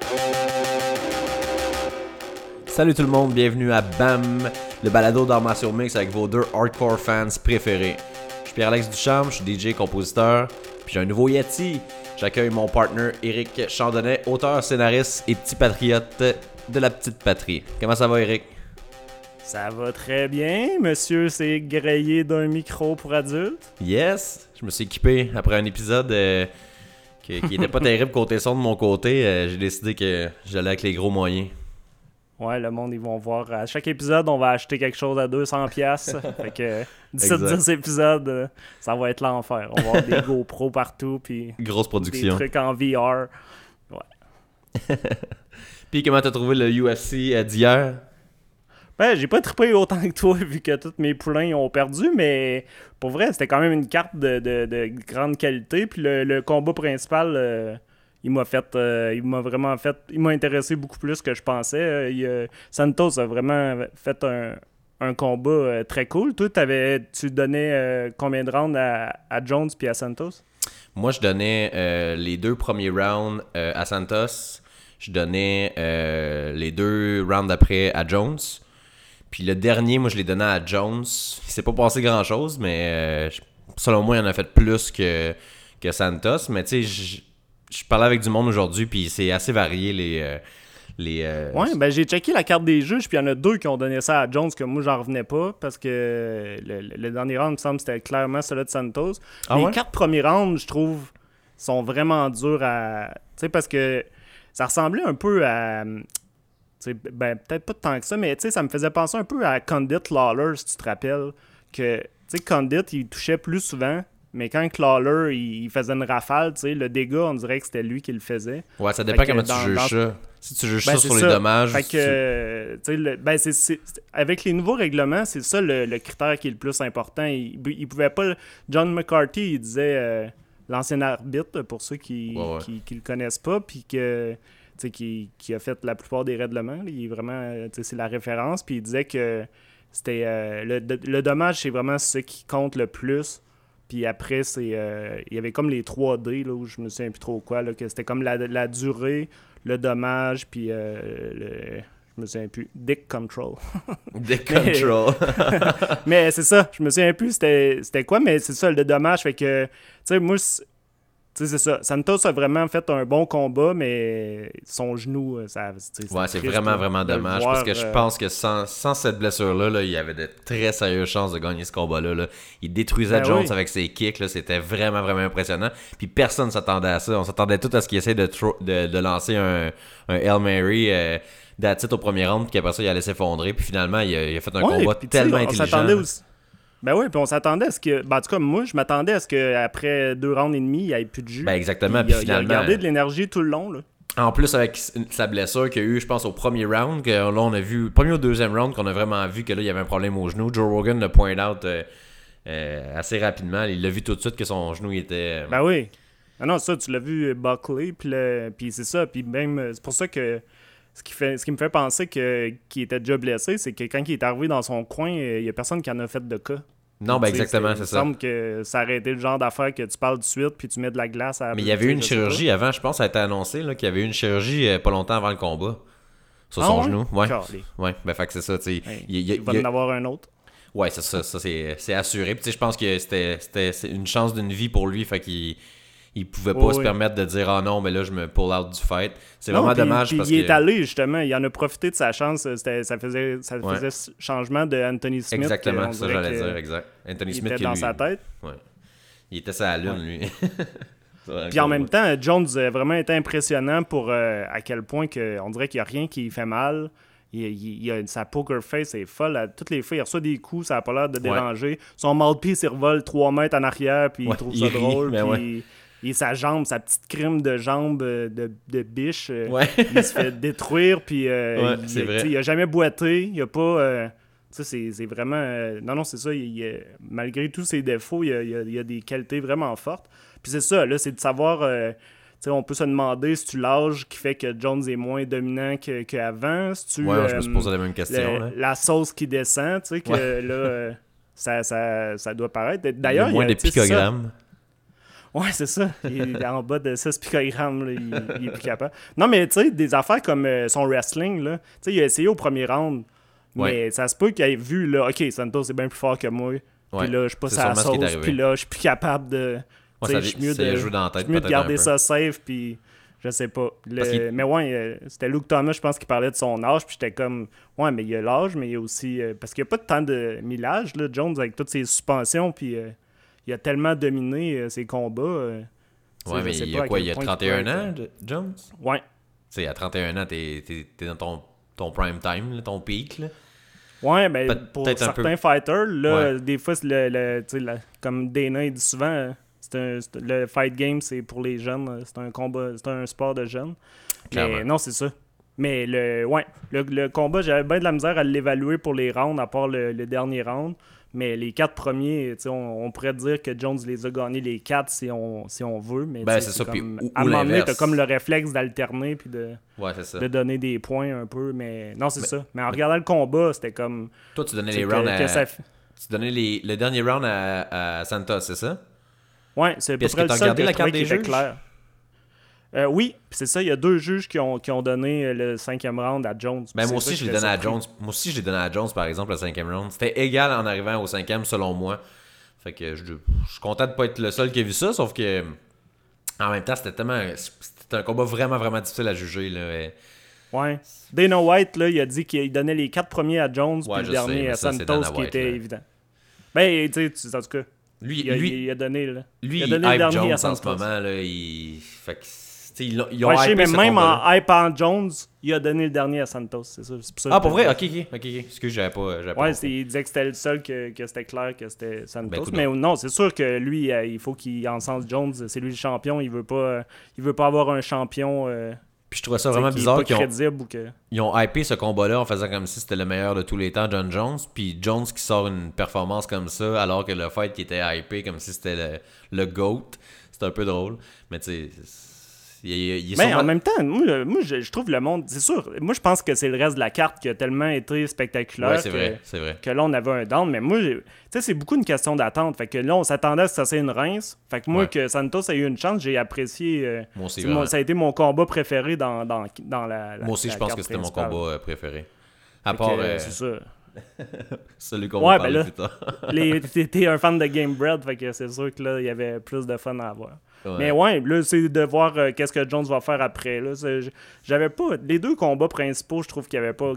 Salut tout le monde, bienvenue à BAM, le balado d'Armation Mix avec vos deux hardcore fans préférés. Je suis Pierre-Alex Duchamp, je suis DJ, compositeur, puis j'ai un nouveau Yeti. J'accueille mon partner Éric Chandonnet, auteur, scénariste et petit patriote de la petite patrie. Comment ça va, Éric? Ça va très bien, monsieur s'est grillé d'un micro pour adultes. Yes, je me suis équipé après un épisode qui était pas terrible côté son de mon côté. J'ai décidé que j'allais avec les gros moyens. Ouais, le monde, ils vont voir. À chaque épisode, on va acheter quelque chose à 200$. Fait que d'ici 10 épisodes, ça va être l'enfer. On va avoir des GoPro partout, puis grosse production. des trucs en VR. Ouais. Puis comment t'as trouvé le UFC d'hier? Ben, j'ai pas trippé autant que toi, vu que tous mes poulains ont perdu, mais pour vrai, c'était quand même une carte de grande qualité. Puis le combat principal... il m'a intéressé beaucoup plus que je pensais. Santos a vraiment fait un combat très cool. Toi, tu donnais combien de rounds à Jones puis à Santos? Moi, je donnais les 2 premiers rounds à Santos. Je donnais les 2 rounds d'après à Jones. Puis le dernier, moi, je l'ai donné à Jones. Il s'est pas passé grand-chose, mais selon moi, il en a fait plus que Santos. Mais tu sais, je parlais avec du monde aujourd'hui, puis c'est assez varié Ouais, ben j'ai checké la carte des juges, puis il y en a 2 qui ont donné ça à Jones, que moi j'en revenais pas, parce que le dernier round, il me semble, c'était clairement celui de Santos. Les 4 premiers rounds, je trouve, sont vraiment durs à... Tu sais, parce que ça ressemblait un peu à... Ben, peut-être pas tant que ça, mais ça me faisait penser un peu à Condit Lawler, si tu te rappelles, que Condit, il touchait plus souvent. Mais quand Lawler, il faisait une rafale, le dégât, on dirait que c'était lui qui le faisait. Ouais, ça dépend comment tu juges ça. Si tu juges ça sur les dommages... Fait que, avec les nouveaux règlements, c'est ça le critère qui est le plus important. Il pouvait pas... John McCarthy, il disait, l'ancien arbitre, pour ceux qui le connaissent pas, puis que... Qui a fait la plupart des règlements. Il est vraiment... c'est la référence. Puis il disait que c'était... le dommage, c'est vraiment ce qui compte le plus. Puis après, il y avait comme les 3D, là, où je me souviens plus trop quoi, là, que c'était comme la durée, le dommage, puis je me souviens plus, Dick Control. Dick Control. Mais c'est ça, je me souviens plus c'était quoi, mais c'est ça, le dommage. Fait que, tu sais, moi, c'est ça. Santos a vraiment fait un bon combat, mais son genou, c'est vraiment dommage. Parce que je pense que sans cette blessure-là, là, il y avait de très sérieuses chances de gagner ce combat-là. Là. Il détruisait Jones avec ses kicks. Là, c'était vraiment impressionnant. Puis personne ne s'attendait à ça. On s'attendait tout à ce qu'il essaie de lancer un Hail Mary d'attitude au premier round, puis qu'après ça, il allait s'effondrer. Puis finalement, il a fait un combat tellement intelligent. S'attendait aussi. Ben oui, puis on s'attendait à ce que... Ben en tout cas, moi, je m'attendais à ce qu'après 2 rounds et demi, il n'y ait plus de jus. Ben exactement, puis finalement... Il a gardé de l'énergie tout le long, là. En plus, avec sa blessure qu'il y a eu, je pense, au premier round, que là, on a vu... Premier ou deuxième round, qu'on a vraiment vu que là, il y avait un problème au genou. Joe Rogan l'a point out assez rapidement. Il l'a vu tout de suite que son genou était... Ben oui. Ah non, ça, tu l'as vu Buckley, puis c'est ça. Puis même, c'est pour ça que... Ce qui me fait penser qu'il était déjà blessé, c'est que quand il est arrivé dans son coin, il n'y a personne qui en a fait de cas. Non, ben exactement, c'est ça. Il me semble que ça aurait été le genre d'affaire que tu parles tout de suite puis tu mets de la glace à... Mais il y avait eu une chirurgie avant, je pense, ça a été annoncé là, qu'il y avait eu une chirurgie pas longtemps avant le combat. Sur son genou. Ouais, ben fait que c'est ça, tu sais. Il va en avoir un autre. Ouais, c'est ça c'est assuré. Puis tu sais, je pense que c'était une chance d'une vie pour lui, fait qu'il pouvait pas se permettre de dire « Ah non, mais là, je me pull out du fight ». C'est vraiment dommage parce que... il est allé, justement. Il en a profité de sa chance. Ça faisait changement de Anthony Smith. Exactement, ça j'allais dire, exact. Anthony Smith était dans sa tête. Ouais. Il était sur la lune, lui. Puis en même temps, Jones a vraiment été impressionnant pour à quel point on dirait qu'il n'y a rien qui fait mal. Sa poker face est folle. Toutes les fois, il reçoit des coups, ça n'a pas l'air de déranger. Son mouthpiece, il revole 3 mètres en arrière, puis il trouve ça drôle. Et sa jambe, sa petite crime de jambe de biche, il se fait détruire, puis il a jamais boité, il a pas... c'est vraiment... non, c'est ça, malgré tous ses défauts, il y a des qualités vraiment fortes. Puis c'est ça, là, c'est de savoir... on peut se demander si tu l'âge qui fait que Jones est moins dominant qu'avant. Si je me suis posé la même question. La sauce qui descend, tu sais, que là, ça doit paraître. D'ailleurs, il y a moins de picogrammes. Ouais, c'est ça. Il est en bas de 6 picogrammes, là, il est plus capable. Non, mais tu sais, des affaires comme son wrestling, là, tu sais, il a essayé au premier round, mais ça se peut qu'il ait vu, là, OK, Santos est bien plus fort que moi, puis là, je suis pas à la sauce, puis là, je suis plus capable de... Tu sais, je suis mieux de garder ça safe, puis je sais pas. Mais ouais, c'était Luke Thomas, je pense, qui parlait de son âge, puis j'étais comme, ouais, mais il y a l'âge, mais il y a aussi... parce qu'il n'y a pas de temps de millage, là, Jones, avec toutes ses suspensions, puis... il a tellement dominé ses combats. Ouais, mais il y a quoi? Il y a 31 ans, Jones? Ouais. Tu sais, à 31 ans, t'es dans ton prime time, là, ton peak. Là. Ouais, ben pour certains fighters, là, des fois, comme Dana il dit souvent, le fight game, c'est pour les jeunes. C'est un combat, c'est un sport de jeunes. Clairement. Mais non, c'est ça. Mais le combat, j'avais bien de la misère à l'évaluer pour les rounds, à part le dernier round. Mais les 4 premiers, on pourrait dire que Jones les a gagnés les 4 si on veut. Mais c'est ça. Puis, à un moment donné, t'as comme le réflexe d'alterner puis de donner des points un peu. Mais non, c'est ça. Mais en regardant le combat, c'était comme... Toi, tu donnais les rounds tu donnais le dernier round à Santos, c'est ça? Ouais, c'est à peu près le seul que je trouvais qui était clair. Oui, c'est ça, il y a 2 juges qui ont donné le 5e round à Jones. Ben, moi aussi, je l'ai donné à Jones. Moi aussi, je l'ai donné à Jones, par exemple, le 5e round. C'était égal en arrivant au 5e, selon moi. Fait que je suis content de pas être le seul qui a vu ça, sauf que en même temps, c'était un combat vraiment, vraiment difficile à juger. Là. Ouais. Dana White, là, il a dit qu'il donnait les 4 premiers à Jones, puis le dernier à Santos, qui était évident. Ben, tu sais, en tout cas, lui, il a donné... Là, lui, il a donné le dernier Jones à Santos. En ce moment. Là, fait que... Ils ont mais même en hype en Jones, il a donné le dernier à Santos, c'est ça. C'est pour ça pour vrai? Ok. Excuse, j'avais pas. Il disait que c'était le seul que c'était clair que c'était Santos. Mais non, c'est sûr que lui, il faut qu'il encense Jones. C'est lui le champion. Il veut pas avoir un champion. Puis je trouvais ça vraiment bizarre qu'ils ont hypé ce combat-là en faisant comme si c'était le meilleur de tous les temps, John Jones. Puis Jones qui sort une performance comme ça, alors que le fight qui était hypé comme si c'était le GOAT. C'est un peu drôle. Mais tu sais. Mais en même temps, moi je trouve le monde, c'est sûr, moi je pense que c'est le reste de la carte qui a tellement été spectaculaire c'est vrai. Que là on avait un down, mais moi, tu sais, c'est beaucoup une question d'attente, fait que là on s'attendait à ce que ça soit une rince, fait que moi que Santos ait eu une chance, j'ai apprécié, moi aussi, ça a été mon combat préféré dans la moi aussi je pense que c'était mon combat préféré, à part c'est ça. Celui qu'on va parler plus tard. T'es un fan de Game Bread, fait que c'est sûr que là il y avait plus de fun à avoir. Ouais. Mais là, c'est de voir qu'est-ce que Jones va faire après. Là. J'avais pas... Les 2 combats principaux, je trouve qu'il n'y avait pas...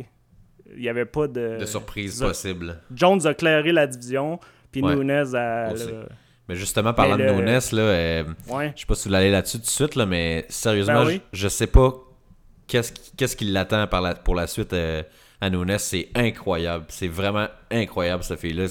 Il n'y avait pas de surprise possible. Jones a clairé la division, puis Nunes a... Mais justement, parlant de Nunes, là, je sais pas si vous allez là-dessus tout de suite, là, mais sérieusement, je sais pas qu'est-ce qui l'attend pour la suite à Nunes. C'est incroyable. C'est vraiment incroyable, cette fille-là.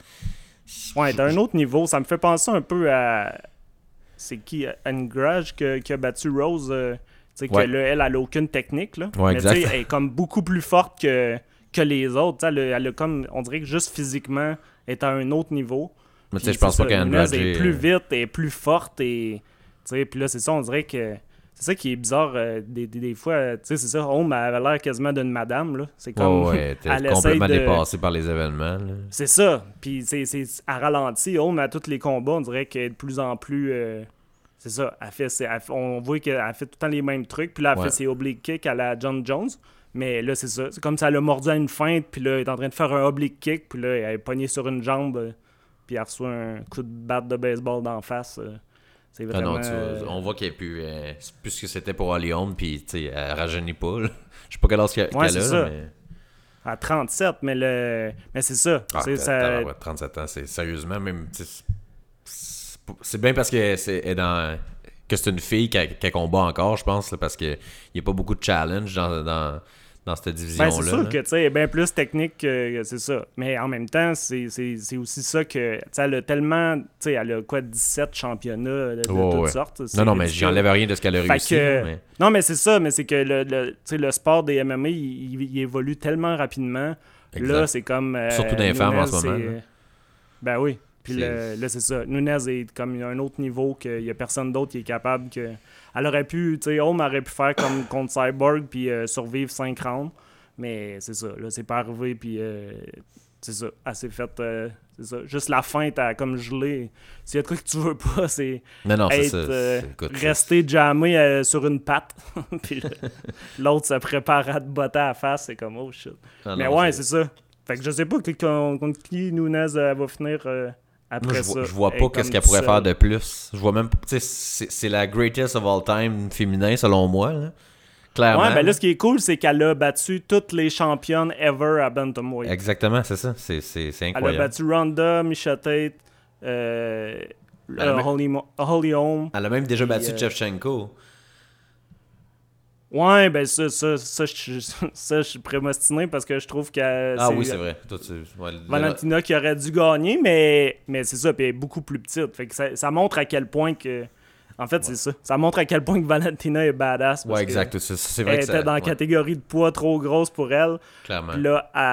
T'as un autre niveau. Ça me fait penser un peu à... C'est qui? Angrage qui a battu Rose. Elle a aucune technique. Là. Ouais, mais elle est comme beaucoup plus forte que les autres. Elle a comme, on dirait que juste physiquement, elle est à un autre niveau. Mais je pense pas qu'Angrage est plus vite, elle est plus forte. Puis là, c'est ça, on dirait que... C'est ça qui est bizarre des fois. C'est ça, Holm avait l'air quasiment d'une madame. Là. C'est comme... elle complètement dépassée par les événements. Là. C'est ça. Puis c'est à ralenti. Holm, à tous les combats, on dirait qu'elle est de plus en plus... c'est ça. On voit qu'elle fait tout le temps les mêmes trucs. Puis là, elle fait ses oblique kicks à la John Jones. Mais là, c'est ça. C'est comme si elle a mordu à une feinte. Puis là, elle est en train de faire un oblique kick. Puis là, elle est pognée sur une jambe. Puis elle reçoit un coup de batte de baseball d'en face. C'est vraiment... on voit qu'elle est plus ce que c'était pour Holly Holm, puis elle rajeunit pas. Là. Je sais pas quel âge qu'elle a. Ça. Là, mais... À 37, mais c'est ça. 37 ans, c'est sérieusement même... C'est bien parce que c'est une fille qui combat encore, je pense, là, parce qu'il n'y a pas beaucoup de challenge dans cette division-là. C'est sûr que elle est bien plus technique que c'est ça. Mais en même temps, c'est aussi ça que elle a tellement... Elle a 17 championnats de toutes sortes. Non, mais j'enlève rien de ce qu'elle a réussi. Mais... Non, mais c'est ça. Mais c'est que le sport des MMA, il évolue tellement rapidement. Exact. Là, c'est comme... surtout dans les femmes en ce moment. Ben oui. Puis là, c'est ça. Nunes est comme un autre niveau qu'il n'y a personne d'autre qui est capable que... Elle aurait pu... Tu sais, Holm aurait pu faire comme contre Cyborg puis survivre 5 rounds. Mais c'est ça. Là, c'est pas arrivé. Puis c'est ça. Elle s'est faite... c'est ça. Juste la fin, t'as comme gelé. S'il y a de quoi que tu veux pas, c'est rester jammé sur une patte. Puis l'autre se prépare à te botter à la face. C'est comme, oh shit. Mais ouais, c'est ça. Fait que je sais pas contre qui Nunes va finir après ça. Je vois pas qu'est-ce qu'elle pourrait faire de plus. Je vois même... C'est la greatest of all time féminin, selon moi, là. Clairement. Ouais, ben là, ce qui est cool, c'est qu'elle a battu toutes les championnes ever à Bantamweight. Exactement, c'est ça. C'est incroyable. Elle a battu Ronda, Miesha Tate, Holly Holm. Elle a même déjà battu Shevchenko. Ouais, ben ça, je suis prémostiné parce que je trouve que oui, c'est vrai. Toi, Valentina qui aurait dû gagner, mais c'est ça, puis elle est beaucoup plus petite. Fait que ça montre à quel point que... En fait, c'est ça. Ça montre à quel point que Valentina est badass. Ouais, exact. C'est vrai elle était dans la catégorie de poids trop grosse pour elle. Clairement. Puis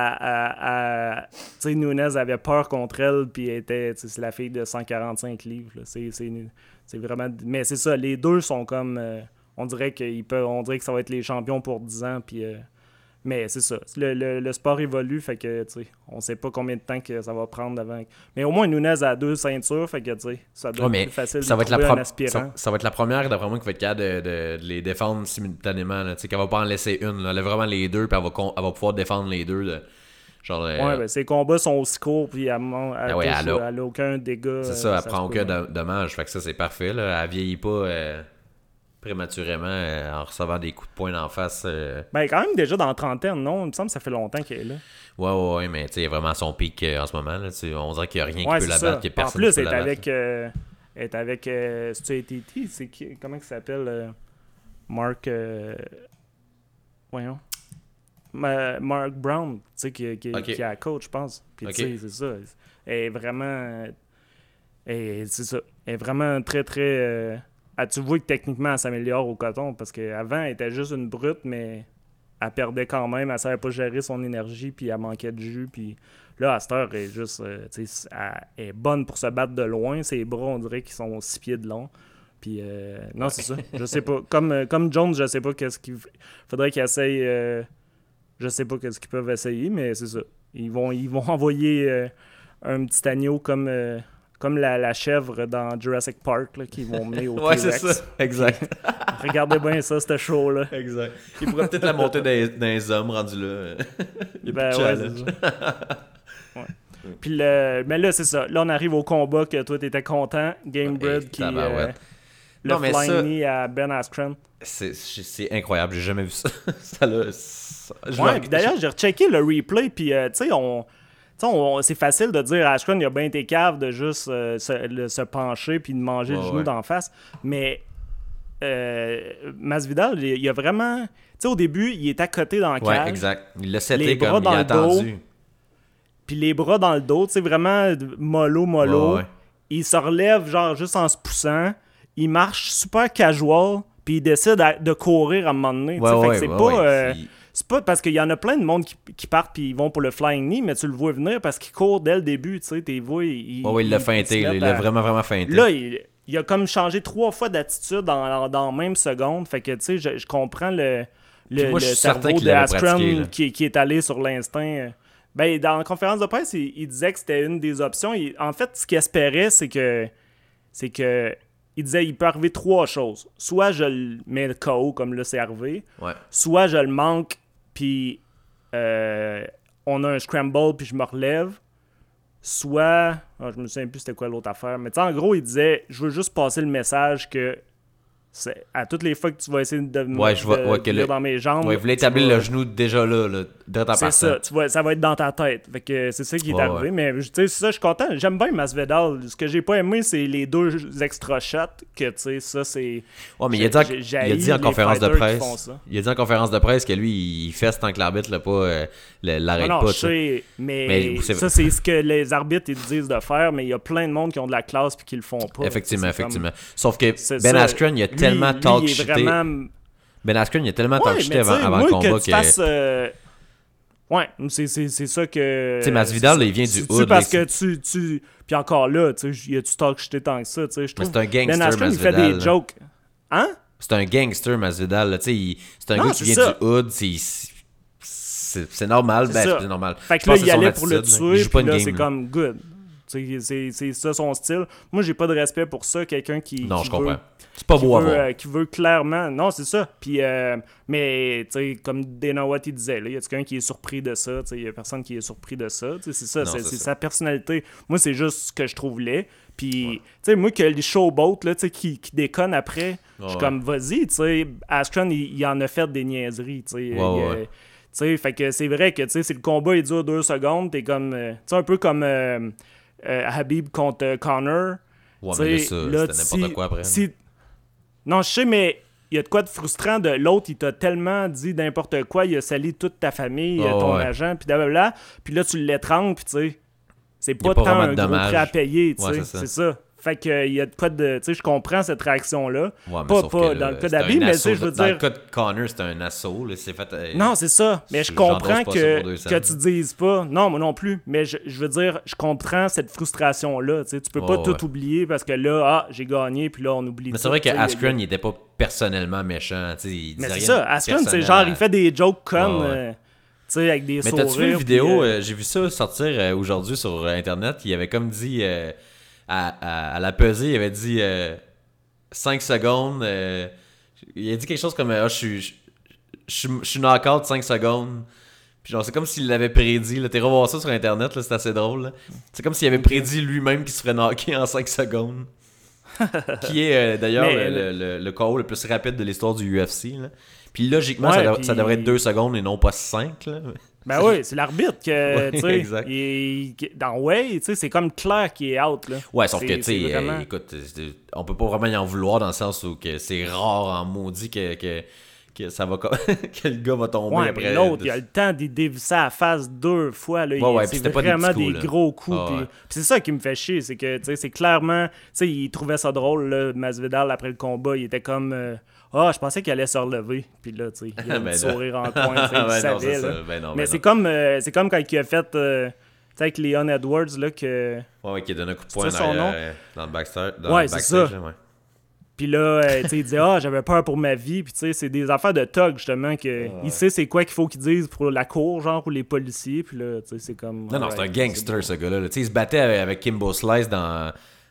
là, tu sais, Nunes avait peur contre elle, puis elle était... C'est la fille de 145 livres. Là. C'est vraiment... Mais c'est ça, les deux sont comme... on dirait que ça va être les champions pour 10 ans, puis... Mais c'est ça. Le sport évolue, fait que, tu sais, on sait pas combien de temps que ça va prendre avant. Mais au moins, Nunes a 2 ceintures, fait que, tu sais, ça doit être plus facile de trouver un aspirant. Ça va être la première, d'après moi, qui va être capable de les défendre simultanément. Tu sais, qu'elle va pas en laisser une. Là. Elle a vraiment les deux, puis elle va pouvoir défendre les deux. Ouais, ben, ses combats sont aussi courts, puis elle a aucun dégât. C'est ça, elle prend aucun dommage. Fait que ça, c'est parfait. Là. Elle vieillit pas... prématurément en recevant des coups de poing d'en face. Ben, quand même déjà dans la trentaine, non? Il me semble que ça fait longtemps qu'elle est là. Ouais, mais tu sais, il y a vraiment son pic en ce moment. Là, on dirait qu'il n'y a rien qui peut la battre, qu'il n'y a personne qui peut la battre. En plus, elle est avec c'est ATT, c'est qui? Comment il s'appelle? Mark... voyons. Mark Brown, tu sais, qui est la coach, je pense. Puis tu sais, c'est ça. Elle est vraiment... c'est ça. Elle est vraiment très, très... tu vois que techniquement, elle s'améliore au coton parce qu'avant, elle était juste une brute, mais elle perdait quand même. Elle savait pas gérer son énergie, puis elle manquait de jus. Puis là, à cette heure, elle est juste... elle est bonne pour se battre de loin. Ses bras, on dirait qu'ils sont 6 pieds de long. Puis non, c'est ça. Je sais pas. Comme Jones, je sais pas qu'est-ce qu'il... Faudrait qu'il essaye... je sais pas qu'est-ce qu'ils peuvent essayer, mais c'est ça. Ils vont envoyer un petit agneau comme la chèvre dans Jurassic Park là, qui vont mener au T-Rex. Ouais, c'est ça. Exact. Regardez bien ça, ce show-là. Exact. Il pourrait peut-être la monter dans les hommes rendus là. Il y a plus de challenge. Ouais. Puis mais là, c'est ça. Là, on arrive au combat que toi, t'étais content. Gamebred qui... le flying knee à Ben Askren. C'est incroyable. J'ai jamais vu ça. Puis d'ailleurs, j'ai rechecké le replay, puis tu sais, c'est facile de dire Askren, il a bien été cave de juste se pencher puis de manger le genou d'en face. Mais Masvidal, il a vraiment... Tu sais, au début, il est à côté dans le cage. Ouais, exact. Il l'a seté comme il a attendu. Puis les bras dans le dos, tu sais, vraiment mollo. Ouais. Il se relève genre juste en se poussant. Il marche super casual, puis il décide de courir à un moment donné. C'est pas parce qu'il y en a plein de monde qui partent puis ils vont pour le flying knee, mais tu le vois venir parce qu'il court dès le début, tu sais, t'es vois, il l'a feinté, il l'a vraiment feinté. Là, il a comme changé 3 fois d'attitude dans la même seconde, fait que tu sais, je comprends le cerveau de Askren qui est allé sur l'instinct. Ben, dans la conférence de presse, il disait que c'était une des options. En fait, ce qu'il espérait, c'est que il disait il peut arriver 3 choses. Soit je le mets le KO comme là c'est arrivé, soit je le manque puis on a un scramble puis je me relève, soit je me souviens plus c'était quoi l'autre affaire, mais tu sais en gros il disait je veux juste passer le message que à toutes les fois que tu vas essayer de me dans mes jambes, il voulait établir le genou déjà là direct en c'est ça, tu vois, ça va être dans ta tête. Fait que c'est ça qui est arrivé. Mais tu sais, ça, je suis content. J'aime bien Masvidal. Ce que j'ai pas aimé, c'est les 2 extra shots. Que tu sais, ça, c'est. Ouais, mais il a dit en conférence de presse. Il a dit en conférence de presse que lui, il fesse tant que l'arbitre l'arrête pas. Non, je sais. Mais ça, c'est ce que les arbitres ils disent de faire. Mais il y a plein de monde qui ont de la classe puis qui le font pas. Effectivement. Sauf que Ben Askren, il a tellement talk shité. Ben Askren, il a tellement talk shité avant le combat que... Ouais, c'est ça que... Tu sais, Masvidal, il vient du hood. Parce que tu... Puis encore là, tu sais, il a-tu talk shité tant que ça, tu sais, je trouve... C'est un gangster, Ben Askren, il fait des jokes. Hein? C'est un gangster, Masvidal, tu sais, c'est un gars qui vient du hood, c'est normal. C'est normal. Fait que là, il allait pour le tuer, puis là, c'est comme good. C'est ça son style. Moi, j'ai pas de respect pour ça. Quelqu'un qui. Non, je comprends. C'est pas beau à voir. Qui veut clairement. Non, c'est ça. Puis, mais, tu sais, comme Dana White il disait, il y a quelqu'un qui est surpris de ça. Il y a personne qui est surpris de ça. C'est ça, c'est sa personnalité. Moi, c'est juste ce que je trouve laid. Puis, tu sais, moi, que les showboats, là, qui déconnent après, je suis comme, vas-y, tu sais, Askren, il en a fait des niaiseries, tu sais. Fait que c'est vrai que, tu sais, si le combat, il dure 2 secondes, t'es comme, tu sais, un peu comme Habib contre Connor. Ouais, mais là, c'était n'importe quoi après. Non, je sais, mais il y a de quoi de frustrant de l'autre, il t'a tellement dit n'importe quoi, il a sali toute ta famille, ton agent, puis blablabla, puis là, tu l'étrangles, puis tu sais, c'est pas tant un gros prêt à payer, tu sais, c'est ça. Fait que il y a de quoi de... Tu sais, je comprends cette réaction-là. Ouais, pas dans le cas d'Habib, mais tu sais, je veux dire... Dans le cas de Connor, c'était un assaut, là, c'est fait... Non, c'est ça. Mais je comprends que tu dises pas... Non, moi non plus. Mais je veux dire, je comprends cette frustration-là, tu sais. Tu peux pas tout oublier parce que là, j'ai gagné, puis là, on oublie tout. Mais c'est vrai qu'Askren, il était pas personnellement méchant, tu sais, il disait mais rien. C'est ça, Askren, c'est genre, il fait des jokes connes... tu sais, avec des sourires. Mais t'as-tu vu une vidéo, j'ai vu ça sortir aujourd'hui sur Internet, il avait comme dit... À la pesée, il avait dit 5 secondes. Il a dit quelque chose comme je suis knock-out 5 secondes. Puis genre, c'est comme s'il l'avait prédit. Là. T'es revoir ça sur Internet, là, c'est assez drôle. Là. C'est comme s'il avait prédit lui-même qu'il se ferait knocker en 5 secondes. Qui est d'ailleurs le KO le plus rapide de l'histoire du UFC. Là. Puis logiquement, ça devrait être 2 secondes et non pas 5. Là. Ben oui, c'est l'arbitre que, tu sais, dans Way, tu sais, c'est comme clair qu'il est out, là. Ouais, sauf que, tu sais, écoute, on peut pas vraiment y en vouloir dans le sens où que c'est rare en maudit que ça va que le gars va tomber après. Mais l'autre, il a le temps d'y dévisser à la face 2 fois, là. C'est vraiment des gros coups. Puis c'est ça qui me fait chier, c'est que, tu sais, c'est clairement, tu sais, il trouvait ça drôle, là, Masvidal, après le combat, il était comme... je pensais qu'il allait se relever. Puis là, tu sais, il a un petit sourire en coin, il savait. Mais c'est comme quand il a fait, tu sais, avec Leon Edwards, là, que... Ouais, qui a donné un coup de poing dans le backstage. C'est ça. Puis là, tu sais, il dit « j'avais peur pour ma vie. » Puis tu sais, c'est des affaires de thug, justement, que il sait c'est quoi qu'il faut qu'il dise pour la cour, genre, pour les policiers. Puis là, tu sais, c'est comme... Non, c'est un gangster, ce gars-là. Tu sais, il se battait avec Kimbo Slice dans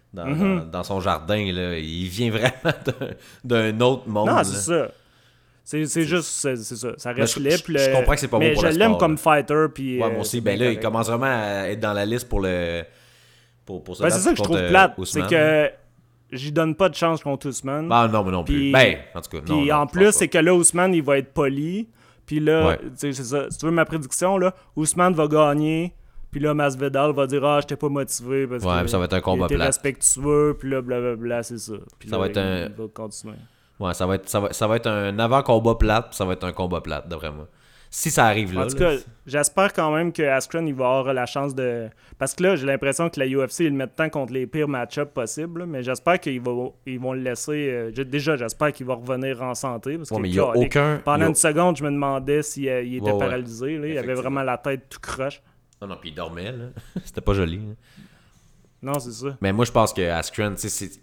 son jardin, là. Il vient vraiment d'un autre monde. Non, c'est ça. C'est juste, c'est ça. Ça reste laid. Je comprends que c'est pas bon pour le sport. Mais je l'aime comme fighter. Puis, ouais, moi aussi. Ben là, il commence vraiment à être dans la liste pour le... Pour c'est ça que je trouve plate. C'est que j'y donne pas de chance contre Ousmane. Ah non, mais non plus. Ben, en tout cas, puis en plus, c'est que là, Ousmane, il va être poli. Puis là, tu sais, c'est ça. Si tu veux ma prédiction, là, Ousmane va gagner. Puis là, Masvidal va dire « j'étais pas motivé parce que ça va être un combat plat. Respectueux, puis là, blablabla, c'est ça. » Puis ça là, va il va continuer. Ouais, ça va être un avant-combat plat, puis ça va être un combat plat, d'après moi. Si ça arrive là. En tout cas, j'espère quand même que Askren, il va avoir la chance de... Parce que là, j'ai l'impression que la UFC, ils le mettent tant contre les pires match-ups possibles, là, mais j'espère qu'ils vont le laisser... Déjà, j'espère qu'il va revenir en santé, parce mais il y a aucun... Pendant une seconde, je me demandais s'il était paralysé. Là, il avait vraiment la tête tout croche. Non, puis il dormait, là. C'était pas joli. Là. Non, c'est ça. Mais moi, je pense que Askren, tu sais,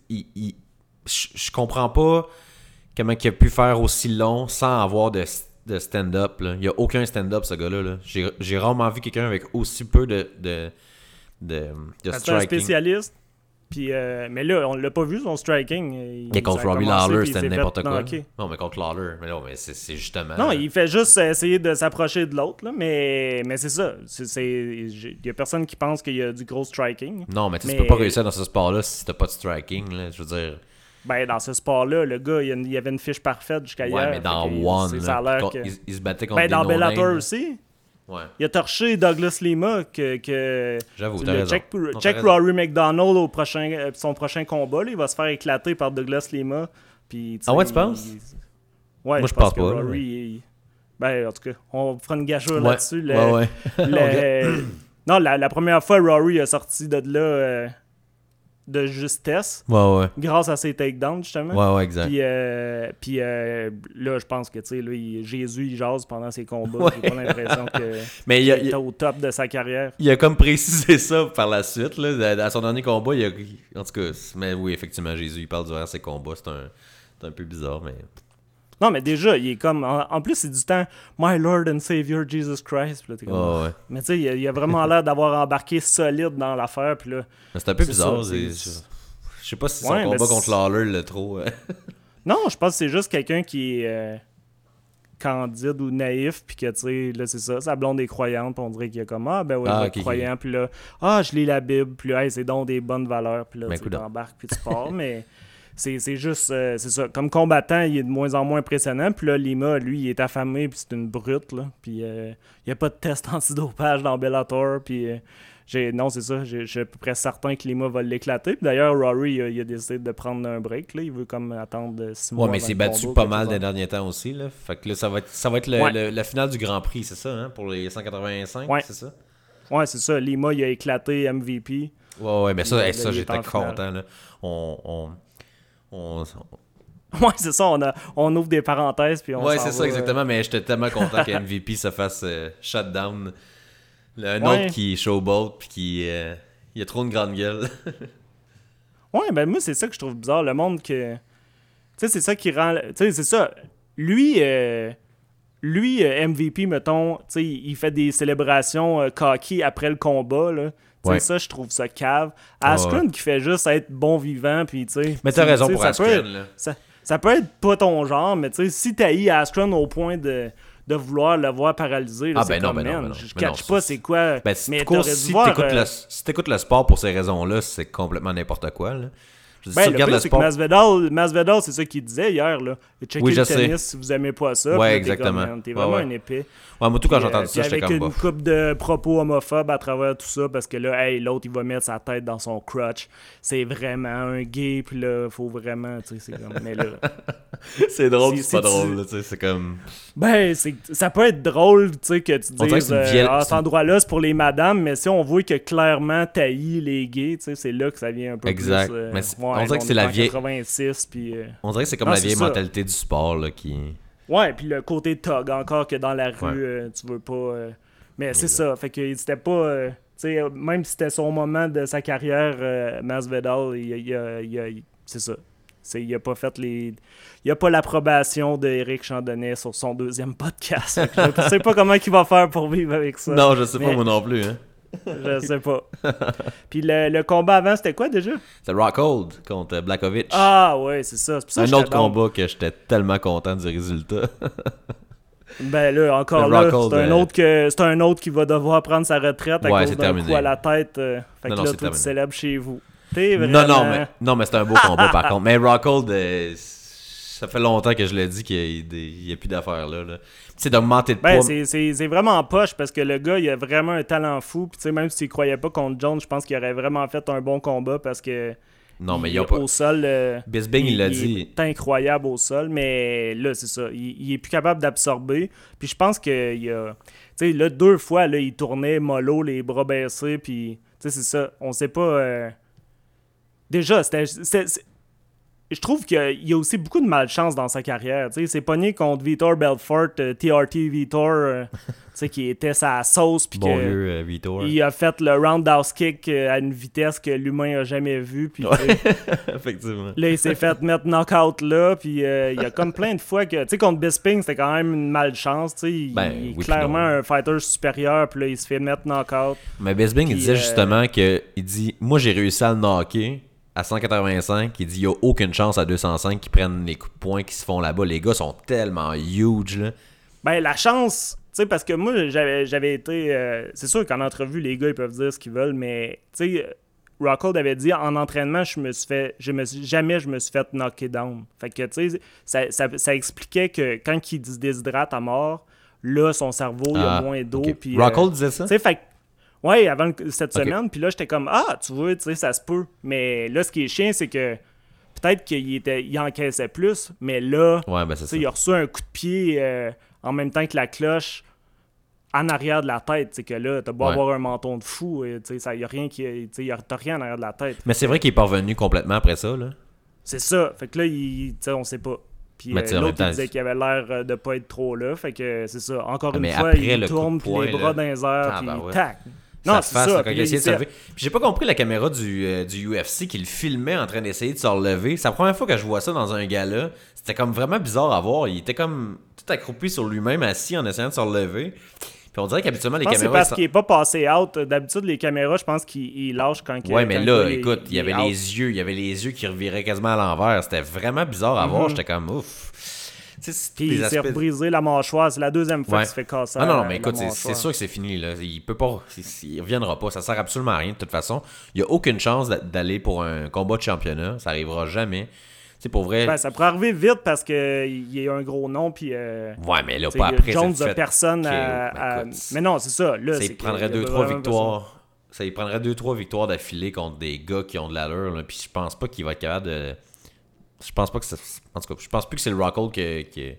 je comprends pas comment il a pu faire aussi long sans avoir de stand-up. Là. Il n'y a aucun stand-up, ce gars-là. Là. J'ai rarement vu quelqu'un avec aussi peu de striking. C'est un spécialiste. Puis, mais là, on l'a pas vu, son striking. Contre Robbie Lawler, c'était n'importe quoi. Non, mais contre Lawler. Mais non, mais c'est justement... Non, il fait juste essayer de s'approcher de l'autre. Là, mais c'est ça. Il y a personne qui pense qu'il y a du gros striking. Non, mais tu peux pas réussir dans ce sport-là si t'as pas de striking. Là, je veux dire... Ben, dans ce sport-là, le gars, il y avait une fiche parfaite jusqu'à hier. Ouais, mais dans One, il se battait contre des dans no-names. Bellator aussi. Ouais. Il a torché Douglas Lima que j'avoue, t'as raison. Check Rory McDonald son prochain combat. Là, il va se faire éclater par Douglas Lima. Puis, ouais, tu penses? Ouais, moi, je pense pas. Rory, ben, en tout cas, on fera une gageure là-dessus. Non, la première fois, Rory a sorti de là... de justesse grâce à ses takedowns justement. Ouais, exact. Puis là, je pense que tu sais, Jésus il jase pendant ses combats. J'ai pas l'impression qu'il est au top de sa carrière. Il a comme précisé ça par la suite là, à son dernier combat. En tout cas, mais oui, effectivement, Jésus il parle durant ses combats. C'est un peu bizarre, mais Non, mais déjà, il est comme... En plus, c'est du temps « My Lord and Savior Jesus Christ ». Puis là, t'es comme... Oh, ouais. Mais tu sais, il a vraiment l'air d'avoir embarqué solide dans l'affaire. Puis là... C'est un peu bizarre. Je sais pas si son combat contre Lawler l'a trop... Non, je pense que c'est juste quelqu'un qui est candide ou naïf, puis que, tu sais, là, c'est ça, sa blonde est croyante, puis on dirait qu'il y a comme, je vais être croyant, puis là, je lis la Bible, puis là, hey, c'est donc des bonnes valeurs, puis là, tu t'embarques, puis tu pars, mais c'est juste, c'est ça, comme combattant, il est de moins en moins impressionnant, puis là, Lima, lui, il est affamé, puis c'est une brute, là, puis il n'y a pas de test antidopage dans Bellator, puis... Non, c'est ça. Je suis à peu près certain que Lima va l'éclater. Puis d'ailleurs, Rory, il a décidé de prendre un break. Là. Il veut comme attendre 6 mois. Ouais, mais il s'est battu pas mal des derniers temps aussi. Là. Fait que là, ça va être la finale du Grand Prix, c'est ça, hein, pour les 185, c'est ça? Ouais, c'est ça. Lima, il a éclaté MVP. Ouais, mais ça j'étais content. Là. Ouais, c'est ça. On ouvre des parenthèses. Puis ouais, c'est ça, exactement. Mais j'étais tellement content que MVP se fasse shutdown. Un autre qui showboat puis qui il a trop une grande gueule. Ouais, ben moi c'est ça que je trouve bizarre, le monde que tu sais c'est ça qui rend tu sais c'est ça. Lui MVP mettons, tu sais il fait des célébrations cocky après le combat là. Tu sais ça je trouve ça cave. Askren qui fait juste être bon vivant puis tu sais. Mais t'as raison pour Askren là. Ça peut être pas ton genre, mais tu sais si t'haïs Askren au point de vouloir le voir paralysé. Là, non. Je catch pas c'est quoi. Ben, si t'écoutes le sport pour ces raisons-là, c'est complètement n'importe quoi. Là. Le pire, c'est que Masvidal, c'est ça qu'il disait hier. Là. Checkez le tennis si vous aimez pas ça. Ouais, exactement. T'es vraiment un épée. Ouais, moi, tout quand j'ai entendu ça, j'étais comme avec une couple de propos homophobes à travers tout ça, parce que là, l'autre, il va mettre sa tête dans son crotch. C'est vraiment un gay, puis là, faut vraiment, tu sais, c'est comme... Mais là... c'est drôle, c'est pas drôle, tu sais, c'est comme... Ben, ça peut être drôle, tu sais, que tu dises, cet endroit-là, c'est pour les madames, mais si on voit que clairement t'haïs les gays, tu sais, c'est là que ça vient un peu exact. plus... Mais on dirait que c'est la vieille... 86, puis... On dirait que c'est comme la vieille mentalité du sport, là, qui... Ouais, puis le côté thug, encore que dans la rue, tu veux pas... Mais c'est ça, fait que c'était pas... tu sais, même si c'était son moment de sa carrière, Masvidal, c'est ça. Il a pas fait les... Il a pas l'approbation d'Éric Chandonnet sur son deuxième podcast. Je sais pas comment il va faire pour vivre avec ça. Non, je sais pas moi non plus, hein. Je sais pas. Puis le combat avant, c'était quoi déjà? C'était Rockhold contre Blachowicz. Ah ouais, c'est ça. C'est pour ça un autre combat que j'étais tellement content du résultat. Ben là, encore là, c'est un autre qui va devoir prendre sa retraite à cause d'un coup à la tête. Fait que là, tout célèbre chez vous. Vraiment... Non, mais c'est un beau combat par contre. Mais Rockhold, ça fait longtemps que je l'ai dit qu'il n'y a plus d'affaires là. Tu sais, d'augmenter de poids. C'est vraiment poche parce que le gars, il a vraiment un talent fou. Puis tu sais, même s'il croyait pas contre Jones, je pense qu'il aurait vraiment fait un bon combat parce que non, mais il a pas... au sol, Bisbing, il l'a dit. Il est incroyable au sol, mais là, c'est ça. Il est plus capable d'absorber. Puis je pense qu'il y a... Tu sais, là, 2 fois, là, il tournait mollo, les bras baissés. Puis, tu sais, c'est ça. On sait pas... Déjà, je trouve qu'il y a aussi beaucoup de malchance dans sa carrière. Il s'est pogné contre Vitor Belfort, TRT Vitor, qui était sa sauce. Puis bon vieux Vitor. Il a fait le roundhouse kick à une vitesse que l'humain n'a jamais vue. Puis, effectivement. Là, il s'est fait mettre knockout là. Puis il y a comme plein de fois que... Tu sais, contre Bisping, c'était quand même une malchance. Il est clairement un fighter supérieur. Puis là, il se fait mettre knockout. Mais Bisping, il disait justement que... Il dit, moi, j'ai réussi à le knocker à 185, il dit il n'y a aucune chance à 205 qu'ils prennent les coups de poing qui se font là-bas. Les gars sont tellement huge, là. Ben, la chance, tu sais, parce que moi, j'avais été... c'est sûr qu'en entrevue, les gars, ils peuvent dire ce qu'ils veulent, mais, tu sais, Rockhold avait dit, en entraînement, je me suis fait knocker down. Fait que, tu sais, ça expliquait que quand il se déshydrate à mort, là, son cerveau, il a moins d'eau. Okay. Rockhold disait ça? Tu sais, fait que ouais, avant cette semaine, puis là, j'étais comme, tu vois, tu sais, ça se peut. Mais là, ce qui est chiant, c'est que peut-être qu'il encaissait plus, mais là, tu sais, il a reçu un coup de pied en même temps que la cloche en arrière de la tête. C'est que là, t'as beau avoir un menton de fou, tu sais, il n'y a rien t'as rien en arrière de la tête. Mais c'est vrai qu'il est pas revenu complètement après ça, là. C'est ça. Fait que là, tu sais, on sait pas. Puis l'autre, il disait qu'il avait l'air de pas être trop là. Fait que c'est ça. Encore une fois, il tourne, puis les bras dans les airs, puis tac. Non, sa face quand il essayait de se lever. Puis j'ai pas compris la caméra du UFC qui le filmait en train d'essayer de se relever. C'est la première fois que je vois ça dans un gala. C'était comme vraiment bizarre à voir. Il était comme tout accroupi sur lui-même, assis en essayant de se relever. Puis on dirait qu'habituellement, les caméras... c'est parce qu'il est pas passé out. D'habitude, les caméras, je pense qu'ils lâchent quand il... Ouais, mais là, écoute, il y avait les yeux qui reviraient quasiment à l'envers. C'était vraiment bizarre à voir. J'étais comme, ouf. Puis il s'est brisé la mâchoire. C'est la deuxième fois qu'il se fait casser. Ah non, mais écoute, c'est sûr que c'est fini. Là. Il peut pas. Il reviendra pas. Ça sert absolument à rien de toute façon. Il y a aucune chance d'aller pour un combat de championnat. Ça arrivera jamais. C'est pour vrai. Ben, ça pourrait arriver vite parce qu'il y a un gros nom. Puis, ouais, mais là, pas après. Jones a personne à. Mais non, c'est ça. Là, il prendrait 2-3 victoires. Ça il prendrait 2-3 victoires d'affilée contre des gars qui ont de l'allure. Là. Puis je pense pas qu'il va être capable de. Je pense pas que en tout cas, je pense plus que c'est le Rockhold qui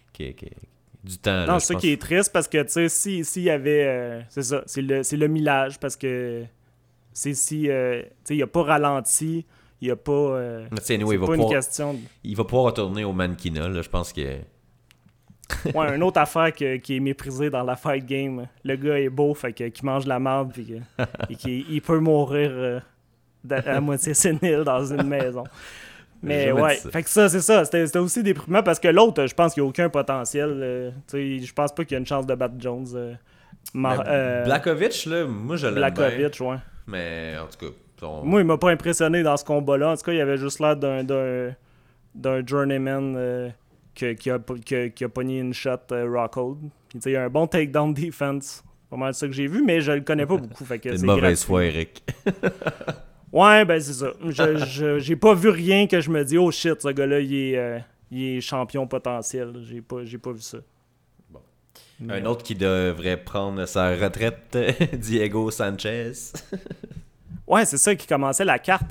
du temps. Non, c'est ça qui est triste parce que, tu sais, s'il y avait... c'est ça, c'est le millage parce que tu sais, il a pas ralenti, il a pas... anyway, c'est pas une question de... Il va pouvoir retourner au mannequinat, là, je pense que... Ouais, une autre affaire qui est méprisée dans la fight game. Le gars est beau, fait qu'il mange de la merde et qu'il peut mourir à moitié sénile dans une maison. Mais ouais, fait que ça, c'est ça. C'était aussi déprimant parce que l'autre, je pense qu'il n'y a aucun potentiel. Je pense pas qu'il y a une chance de battre Jones. Blachowicz, là, moi je l'aime Blachowicz, ouais. Mais en tout cas... Moi, il m'a pas impressionné dans ce combat-là. En tout cas, il avait juste l'air d'un journeyman qui a pogné une shot Rockhold. Il a un bon takedown defense. C'est pas mal ça que j'ai vu, mais je le connais pas beaucoup. Fait que c'est une mauvaise foi, Eric. Ouais, ben c'est ça. J'ai pas vu rien que je me dis, oh shit, ce gars-là, il est champion potentiel. J'ai pas vu ça. Bon. Un autre qui devrait prendre sa retraite, Diego Sanchez. Ouais, c'est ça qui commençait la carte.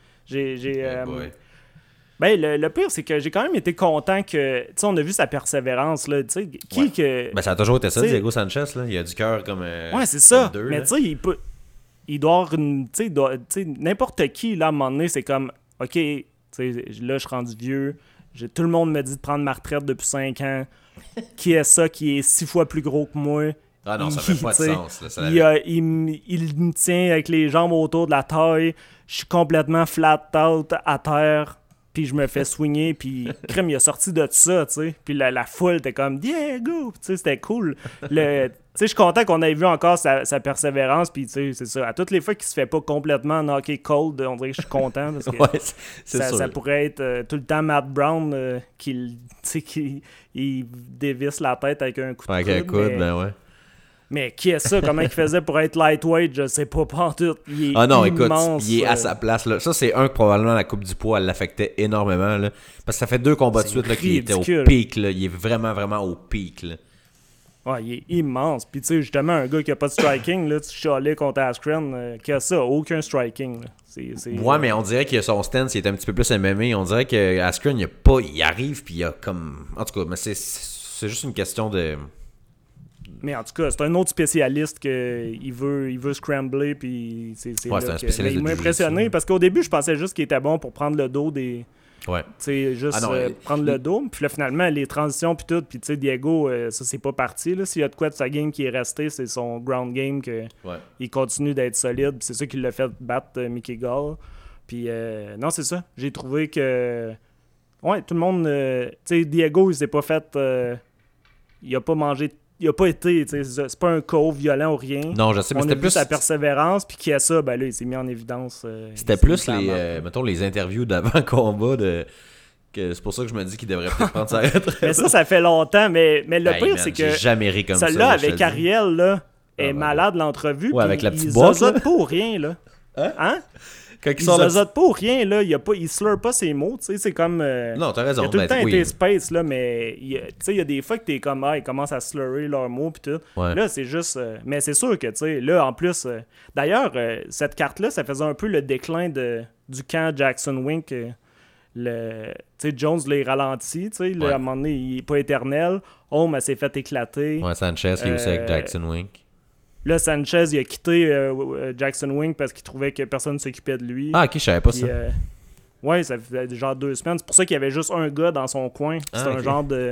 Ben, le pire, c'est que j'ai quand même été content que... Tu sais, on a vu sa persévérance, là. Tu sais, que... Ben, ça a toujours été ça, Diego Sanchez, là. Il a du cœur comme... ouais, c'est ça. Mais tu sais, il doit avoir une... Tu sais, n'importe qui, là, à un moment donné, c'est comme... OK, tu sais, là, je suis rendu vieux. Tout le monde me dit de prendre ma retraite depuis 5 ans. Qui est ça qui est 6 fois plus gros que moi? Ah non, ça fait pas de sens. Là, il me tient avec les jambes autour de la taille. Je suis complètement flat out à terre. Puis je me fais swinger. Puis crème, il a sorti de ça, tu sais. Puis la foule était comme Diego. Tu sais, c'était cool. Tu sais, je suis content qu'on ait vu encore sa persévérance. Puis tu sais, c'est ça. À toutes les fois qu'il se fait pas complètement knocker cold, on dirait que je suis content. Parce que ouais, ça pourrait être tout le temps Matt Brown qui dévisse la tête avec un coup de coude. Avec un coude, ben ouais. Mais qui est ça? Comment il faisait pour être lightweight? Je sais pas pantoute. Il est non, immense, écoute, il est à sa place. Là. Ça, c'est probablement la coupe du poids, elle l'affectait énormément. Là, parce que ça fait 2 combats de suite là, qu'il était au pic. Là. Il est vraiment, vraiment au pic. Là. Ouais, il est immense. Puis tu sais, justement, un gars qui a pas de striking, là, tu chialais contre Askren, qui a ça, aucun striking. Là. Ouais, mais on dirait que son stance il est un petit peu plus MMA. On dirait que Askren, il arrive, puis il a comme... En tout cas, mais c'est juste une question de... Mais en tout cas, c'est un autre spécialiste qu'il veut scrambler, puis c'est ouais, c'est un spécialiste. Il m'a impressionné parce qu'au début, je pensais juste qu'il était bon pour prendre le dos des... Ouais. Tu sais, juste prendre le dos. Puis là, finalement, les transitions, puis tout. Puis tu sais, Diego, ça, c'est pas parti. Là. S'il y a de quoi de sa game qui est resté, c'est son ground game il continue d'être solide. Puis c'est ça qui l'a fait battre Mickey Gall. Puis non, c'est ça. J'ai trouvé que... Ouais, tout le monde... tu sais, Diego, il s'est pas fait... il a pas mangé... Il a pas été, c'est pas un KO violent ou rien. Non, je sais, mais c'était plus sa persévérance, puis qui a ça, ben là, il s'est mis en évidence. C'était plus mettons, les interviews d'avant-combat c'est pour ça que je me dis qu'il devrait peut-être prendre sa retraite. Mais ça fait longtemps, mais le pire, c'est que j'ai jamais ri comme ça. Celle-là, avec Ariel, là, est malade, l'entrevue. Ouais, avec la petite boîte. Il zozote pas ou rien, là. Hein? Il zozote pas ou rien, là. Il slur pas ses mots, tu sais. C'est comme. Non, t'as raison. Il a tout le temps été space, là, mais tu sais, il y a des fois que t'es comme, ils commencent à slurrer leurs mots, pis tout. Ouais. Là, c'est juste. Mais c'est sûr que, tu sais, là, en plus. D'ailleurs, cette carte-là, ça faisait un peu le déclin du camp Jackson Wink. Tu sais, Jones l'a ralenti, tu sais. À un moment donné, il est pas éternel. Holmes, elle s'est fait éclater. Ouais, Sanchez, qui est aussi avec Jackson Wink. Là, Sanchez, il a quitté Jackson Wink parce qu'il trouvait que personne ne s'occupait de lui. Ah, ok, je savais pas ça. Ouais, ça fait genre 2 semaines. C'est pour ça qu'il y avait juste un gars dans son coin. C'était un genre de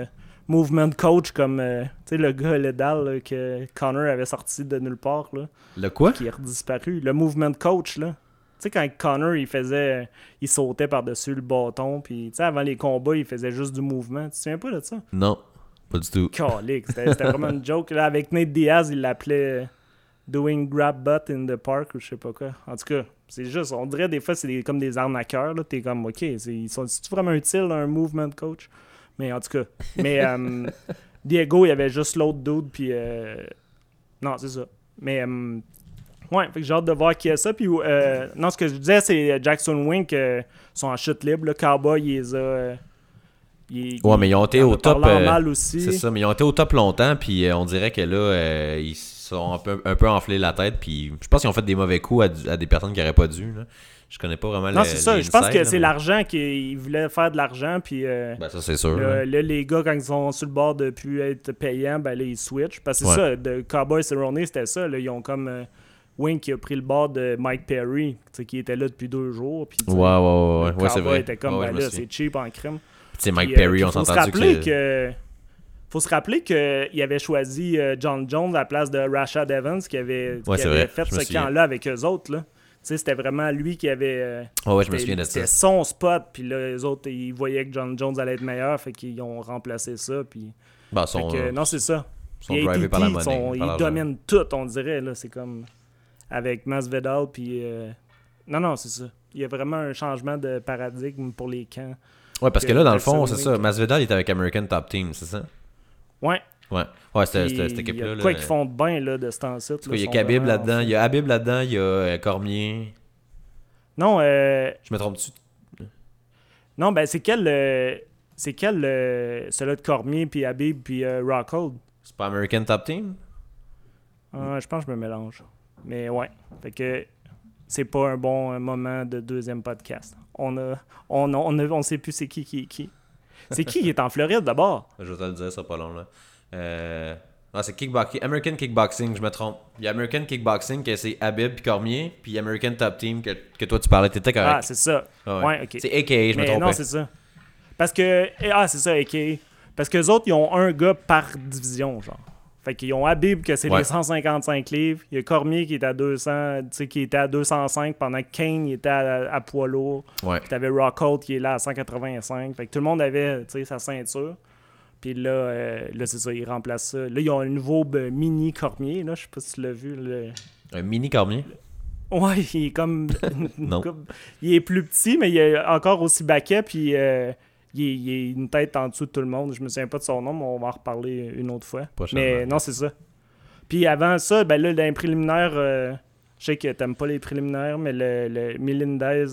movement coach comme tu sais, le gars Ledal là, que Connor avait sorti de nulle part. Là, le quoi? Qui est redisparu. Le movement coach, là. Tu sais, quand Connor, il sautait par-dessus le bâton, puis tu sais, avant les combats, il faisait juste du mouvement. Tu te souviens pas de ça? Non, pas du tout. Calique, c'était vraiment une joke. Là, avec Nate Diaz, il l'appelait Doing Grab Butt in the Park ou je sais pas quoi. En tout cas, c'est juste, on dirait des fois, c'est comme des arnaqueurs. Là. T'es comme, OK, c'est-tu vraiment utile, un movement coach? Mais en tout cas, Diego, il y avait juste l'autre dude, puis non, c'est ça. Mais ouais, fait que j'ai hâte de voir qui est ça. Puis non, ce que je disais, c'est Jackson Wink sont en chute libre. Le Cowboy, il les a. Ouais, mais ils ont été au top. Mal aussi. C'est ça, mais ils ont été au top longtemps. Puis on dirait que là, ils sont un peu enflés la tête. Puis je pense qu'ils ont fait des mauvais coups à des personnes qui n'auraient pas dû. Là. Je connais pas vraiment non, c'est ça. Je pense que c'est l'argent qu'ils voulaient faire de l'argent. Puis ben, ça, c'est sûr. Là, les gars, quand ils sont sur le bord de plus être payants, ben là, ils switchent. Parce que c'est ça, de Cowboy Cerrone, c'était ça. Là, ils ont comme. Wink qui a pris le bord de Mike Perry, qui était là depuis 2 jours. Puis, ouais, c'est vrai. Était comme, ben là, c'est cheap en crime. C'est Mike Perry, on s'est entendu que... Faut se rappeler qu'il avait choisi John Jones à la place de Rashad Evans qui avait fait ce camp-là avec eux autres. Là. C'était vraiment lui qui avait... je me souviens de ça. C'était son spot, puis là, les autres, ils voyaient que John Jones allait être meilleur, fait qu'ils ont remplacé ça. Puis... non, c'est ça. Ils sont drivés par la monnaie. Ils dominent tout, on dirait. Là. C'est comme... Avec Masvidal, puis... Non, c'est ça. Il y a vraiment un changement de paradigme pour les camps. Ouais, parce que là, dans le fond, c'est ça. Masvidal, il est avec American Top Team, c'est ça? Ouais. Ouais, cette équipe-là. Il y a quoi qu'ils font de bien là, de ce temps-ci. Il y a Khabib là-dedans, il y a Habib là-dedans, il y a Cormier. Non, je me trompe-tu? Non, ben c'est quel celui de Cormier, puis Habib, puis Rockhold? C'est pas American Top Team? Je pense que je me mélange. Mais ouais, fait que c'est pas un bon moment de deuxième podcast. On sait plus c'est qui. C'est qui est en Floride d'abord? Je vais te le dire, ça pas long là. C'est Kickboxing, American Kickboxing, je me trompe. Il y a American Kickboxing que c'est Habib puis Cormier, puis American Top Team que toi tu parlais, t'étais correct. Ah, c'est ça. Ouais, ok. C'est AKA, je me trompe. Non, c'est ça. Parce que c'est ça AKA. Parce que les autres ils ont un gars par division genre. Fait qu'ils ont Habib que c'est les 155 livres. Il y a Cormier qui est à 200, tu sais, qui était à 205 pendant que Kane il était à poids lourd. Ouais. Puis t'avais Rockhold qui est là à 185. Fait que tout le monde avait, tu sais, sa ceinture. Puis là c'est ça, ils remplacent ça. Là, ils ont un nouveau mini Cormier, là, je sais pas si tu l'as vu. Un mini Cormier? Ouais, il est comme... non. Il est plus petit, mais il est encore aussi baquet, puis... Il est une tête en dessous de tout le monde. Je me souviens pas de son nom, mais on va en reparler une autre fois. Mais non, c'est ça. Puis avant ça, ben là, dans les préliminaires, je sais que t'aimes pas les préliminaires, mais le Melendez,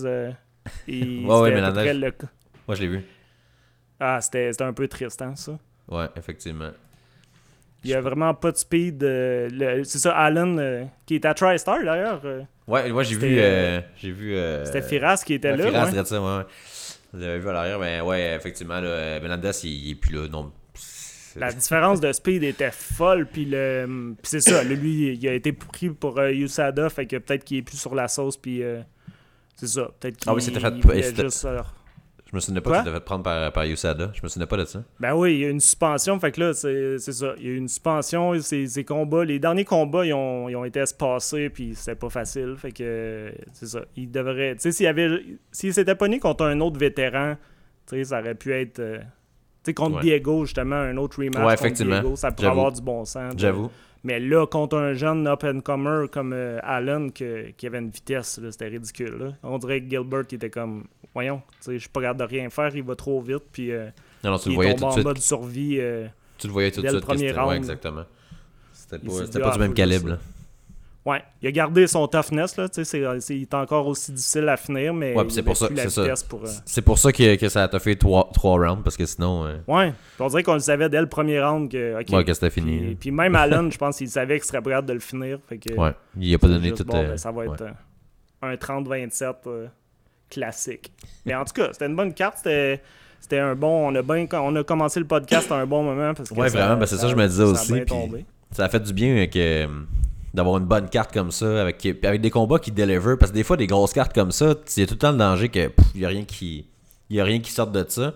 Melendez. Moi, je l'ai vu. Ah, c'était un peu triste, hein, ça. Ouais, effectivement. Il y a vraiment pas de speed. C'est ça, Allen, qui est à TriStar, d'ailleurs. Ouais, moi, j'ai vu... C'était Firas qui était là. Firas, ouais. Ça, ouais. Vous l'avez vu à l'arrière, mais ouais, effectivement, là, Melendez, il est plus là. Non, la différence de speed était folle, puis c'est ça, lui, il a été pris pour USADA, fait que peut-être qu'il est plus sur la sauce, puis c'est ça, peut-être qu'il c'était fait juste... Je me souvenais pas qu'il devait te prendre par USADA, je me souvenais pas de ça. Ben oui, il y a une suspension, fait que là, c'est ça, il y a eu une suspension, ces combats, les derniers combats, ils ont été espacés, puis c'était pas facile, fait que c'est ça, il devrait, tu sais, s'il s'était pogné contre un autre vétéran, tu sais, ça aurait pu être... tu sais, contre Diego, justement, un autre rematch contre Diego, ça pourrait avoir du bon sens. J'avoue. Mais là, contre un jeune up-and-comer comme Allen, qui avait une vitesse, là, c'était ridicule. Là. On dirait que Gilbert qui était comme, voyons, je suis pas capable de rien faire, il va trop vite, puis non, tu le voyais tout de suite. En mode survie. Tu le voyais tout de suite. Premier round. Ouais, exactement. C'était pas du même calibre. Là. Ouais, il a gardé son toughness, là, il est encore aussi difficile à finir, mais c'est pour ça, c'est ça. C'est pour ça que ça t'a fait 3 rounds, parce que sinon... Ouais, on dirait qu'on le savait dès le premier round que c'était fini. Puis même Allen, je pense qu'il savait qu'il serait prêt de le finir. Fait que, ouais, il a pas donné tout... ça va être un 30-27 classique. Mais en tout cas, c'était une bonne carte, c'était un bon... On a commencé le podcast à un bon moment. Parce que vraiment, c'est ça que je me disais aussi. Puis ça a fait du bien d'avoir une bonne carte comme ça avec des combats qui deliver, parce que des fois des grosses cartes comme ça, il y a tout le temps le danger que il y a rien qui sorte de ça,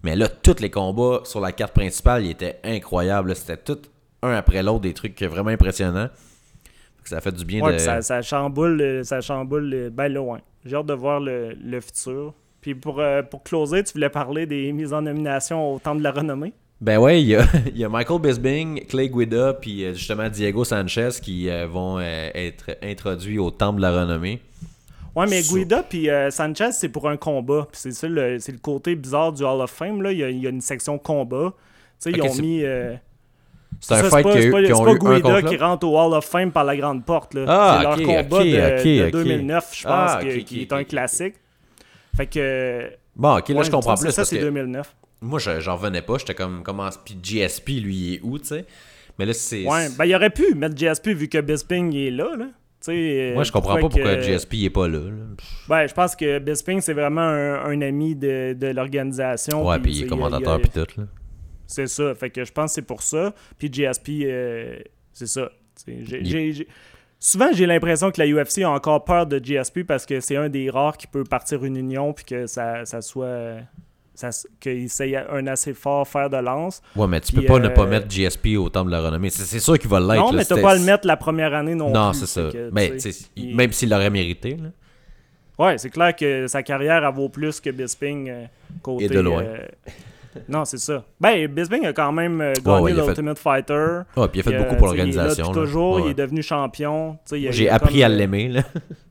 Mais là, tous les combats sur la carte principale, ils étaient incroyables. Là. C'était tout un après l'autre, des trucs vraiment impressionnants. Ça a fait du bien de... Ça chamboule ben loin. J'ai hâte de voir le futur. Puis pour closer, tu voulais parler des mises en nomination au Temple de la Renommée? Ben ouais, il y a Michael Bisping, Clay Guida, puis justement Diego Sanchez qui vont être introduits au Temple de la Renommée. Ouais, mais Guida puis Sanchez, c'est pour un combat. Puis c'est ça, c'est le côté bizarre du Hall of Fame. Là. Il y a une section combat. Tu sais, ils ont mis... c'est un fight qu'ils ont eu un contre l'autre? C'est pas Guida qui rentre au Hall of Fame par la grande porte. Là. C'est leur combat de 2009, je pense, qui est un classique. Fait que... Bon, ok, là, je comprends plus. Ça, c'est 2009. Moi, j'en revenais pas. J'étais comme, comment... Puis GSP, lui, il est où, tu sais? Mais là, c'est... Ouais, ben, il aurait pu mettre GSP vu que Bisping il est là. Moi, je comprends pas pourquoi GSP il est pas là. Ben, je pense que Bisping, c'est vraiment un ami de l'organisation. Ouais, puis il est commentateur puis tout, là. C'est ça. Fait que je pense que c'est pour ça. Puis GSP, c'est ça. Souvent, j'ai l'impression que la UFC a encore peur de GSP parce que c'est un des rares qui peut partir une union puis que ça soit... qu'il essaye un assez fort fer de lance. Ouais, mais tu peux pas ne pas mettre GSP au Temple de la Renommée. C'est sûr qu'il va l'être. Non, mais t'as pas à le mettre la première année non plus. Non, c'est ça. Mais même s'il l'aurait mérité. Là. Ouais, c'est clair que sa carrière elle vaut plus que Bisping côté... Et de loin. Non, c'est ça. Ben, Bisping a quand même gagné l'Ultimate Fighter. Ouais, puis il a fait beaucoup pour l'organisation. Il est là toujours, il est devenu champion. J'ai appris à l'aimer, là.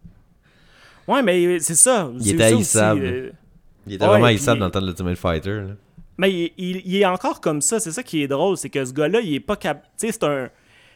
Ouais, mais c'est ça. Il était haïssable. Il était vraiment haïssable dans le temps de l'Ultimate Fighter. Là. Mais il est encore comme ça. C'est ça qui est drôle. C'est que ce gars-là, il est pas capable... Tu sais, c'est un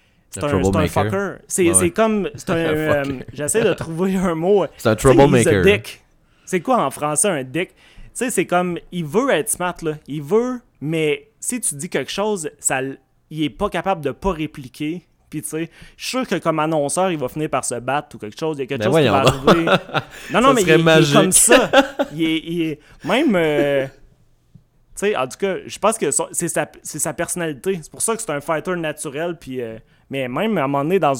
fucker. C'est comme... C'est un... j'essaie de trouver un mot. C'est un troublemaker. Dick. C'est quoi en français un dick? Tu sais, c'est comme... Il veut être smart, là. Il veut, mais si tu dis quelque chose, il est pas capable de pas répliquer. Puis, tu sais, je suis sûr que comme annonceur, il va finir par se battre ou quelque chose. Il y a quelque chose qui va arriver. Non, mais il est comme ça. Il est même... tu sais, en tout cas, je pense que c'est sa personnalité. C'est pour ça que c'est un fighter naturel. Puis, mais même à un moment donné, dans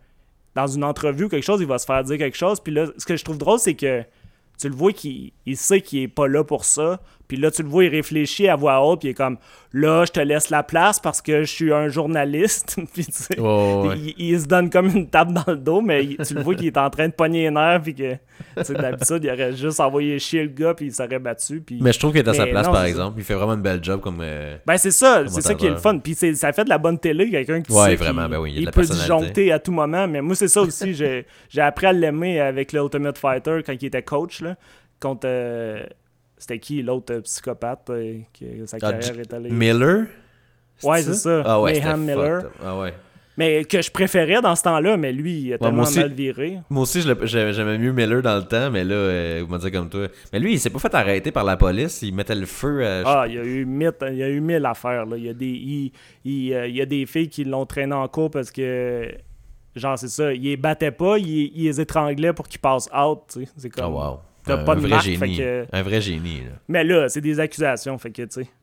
une entrevue ou quelque chose, il va se faire dire quelque chose. Puis là, ce que je trouve drôle, c'est que tu le vois qu'il sait qu'il est pas là pour ça. Puis là, tu le vois, il réfléchit à voix haute, puis il est comme « Là, je te laisse la place parce que je suis un journaliste. » Puis tu sais, il se donne comme une tape dans le dos, mais tu le vois qu'il est en train de pogner les nerfs, puis que d'habitude, il aurait juste envoyé chier le gars, puis il s'aurait battu. Puis... Mais je trouve qu'il est à sa place, par exemple. Il fait vraiment une belle job comme ben c'est ça qui est le fun. Puis ça fait de la bonne télé, quelqu'un qui sait vraiment, il peut disjoncter à tout moment. Mais moi, c'est ça aussi. J'ai appris à l'aimer avec l'Ultimate Fighter quand il était coach, là, contre... C'était qui l'autre psychopathe que sa carrière est allée... Miller? Ouais, c'est ça. Ah ouais, Mayhem Miller. Ah ouais. Mais que je préférais dans ce temps-là, mais lui, il a tellement mal viré. Moi aussi, j'aimais mieux Miller dans le temps, mais là, vous m'en dites comme toi. Mais lui, il s'est pas fait arrêter par la police, il mettait le feu à... il y a eu 1000 affaires, là. Il y a des filles qui l'ont traîné en cours parce que... Genre, c'est ça, il les battait pas, il les étranglait pour qu'ils passent out, tu sais. C'est comme... Oh wow. T'as pas de vrai marque, génie. Fait que... Un vrai génie, là. Mais là, c'est des accusations, fait que, tu sais,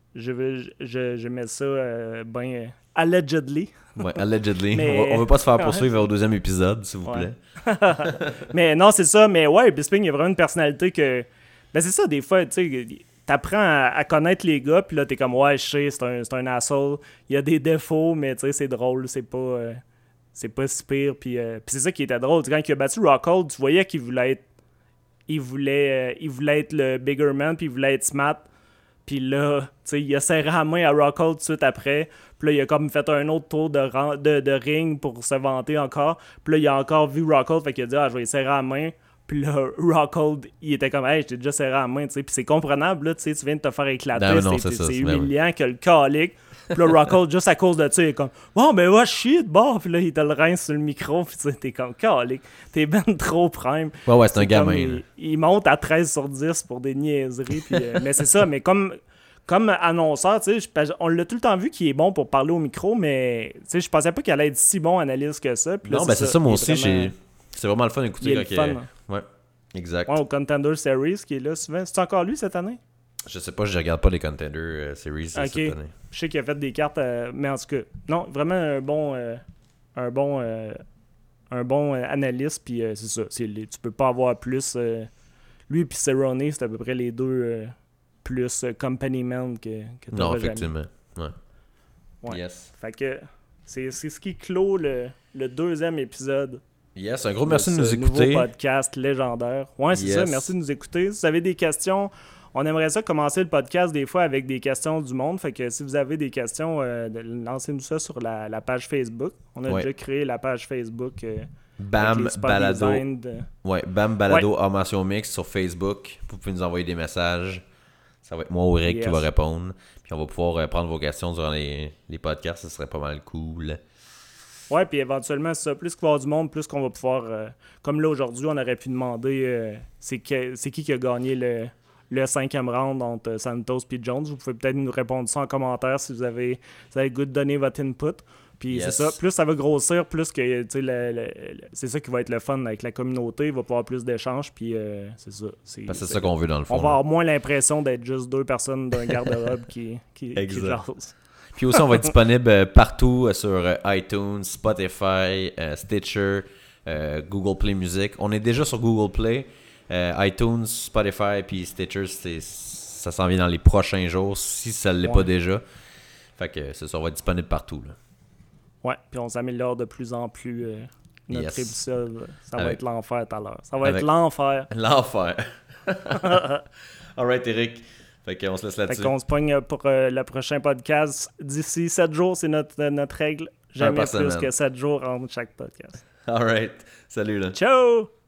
je mets ça ben... allegedly. Ouais, allegedly. Mais... On veut pas se faire poursuivre au deuxième épisode, s'il vous plaît. Mais non, c'est ça. Mais ouais, Bisping, il a vraiment une personnalité que... Ben c'est ça, des fois, tu sais, t'apprends à connaître les gars, puis là, t'es comme, ouais, je sais, c'est un asshole. Il y a des défauts, mais tu sais, c'est drôle, c'est pas si pire. Puis c'est ça qui était drôle. Quand il a battu Rockhold, tu voyais qu'il voulait être... Il voulait être le bigger man, puis il voulait être smart. Puis là, tu sais, il a serré la main à Rockhold tout de suite après. Puis là, il a comme fait un autre tour de ring pour se vanter encore. Puis là, il a encore vu Rockhold, fait qu'il a dit « Ah, je vais lui serrer la main. » Puis là, Rockhold, il était comme « Hey, je t'ai déjà serré la main. » Puis c'est comprenable, là, tu sais, tu viens de te faire éclater. C'est humiliant que le calique. Puis là, Rockhold, juste à cause de ça, il est comme « Bon, ben ouais, shit, bon. » Puis là, il te le rince sur le micro. Puis tu sais, t'es comme « Calique, t'es ben trop prime. » Ouais, c'est un gamin. Il monte à 13/10 pour des niaiseries. Puis, mais c'est ça, mais comme annonceur, tu sais, on l'a tout le temps vu qu'il est bon pour parler au micro, mais tu sais, je pensais pas qu'il allait être si bon analyste que ça. Puis là, non, ben c'est ça, moi aussi, c'est vraiment le fun d'écouter quand il est... Ouais, exact. Ouais, au Contender Series qui est là souvent. C'est encore lui cette année? Je sais pas, je regarde pas les Contender Series cette année. Je sais qu'il a fait des cartes, mais en tout cas, non, vraiment un bon analyste, puis c'est ça. Tu peux pas avoir plus... lui et Cerrone, c'est à peu près les deux plus company man que non, effectivement. Ouais. Yes. Fait que c'est ce qui clôt le 2e épisode. Yes, un gros merci de nous écouter. Nouveau podcast légendaire. Ouais, c'est ça. Merci de nous écouter. Si vous avez des questions, on aimerait ça commencer le podcast des fois avec des questions du monde. Fait que si vous avez des questions, lancez-nous ça sur la page Facebook. On a déjà créé la page Facebook. Bam Balado. Bam Balado Armation Mix sur Facebook. Vous pouvez nous envoyer des messages. Ça va être moi ou Rick qui va répondre. Puis on va pouvoir prendre vos questions durant les podcasts. Ça serait pas mal cool. Ouais, puis éventuellement, c'est ça. Plus qu'il va y avoir du monde, plus qu'on va pouvoir... comme là, aujourd'hui, on aurait pu demander c'est qui a gagné le 5e round entre Santos et Jones. Vous pouvez peut-être nous répondre ça en commentaire si vous avez le goût de donner votre input. Puis c'est ça, plus ça va grossir, plus que c'est ça qui va être le fun avec la communauté. Il va y avoir plus d'échanges, puis c'est ça. C'est ça qu'on veut dans le fond. On va avoir moins l'impression d'être juste 2 personnes d'un garde-robe qui jasent. Puis aussi, on va être disponible partout sur iTunes, Spotify, Stitcher, Google Play Music. On est déjà sur Google Play, iTunes, Spotify, puis Stitcher, ça s'en vient dans les prochains jours, si ça ne l'est pas déjà. Fait que c'est ça, on va être disponible partout. Là. Ouais, puis on s'améliore de plus en plus. Notre épisode, ça va être l'enfer tout à l'heure. Ça va être l'enfer. L'enfer. Alright, Eric. Fait qu'on se laisse là-dessus. Fait qu'on se pogne pour le prochain podcast. D'ici 7 jours, c'est notre règle. Jamais plus que 7 jours entre chaque podcast. Alright. Salut là. Ciao!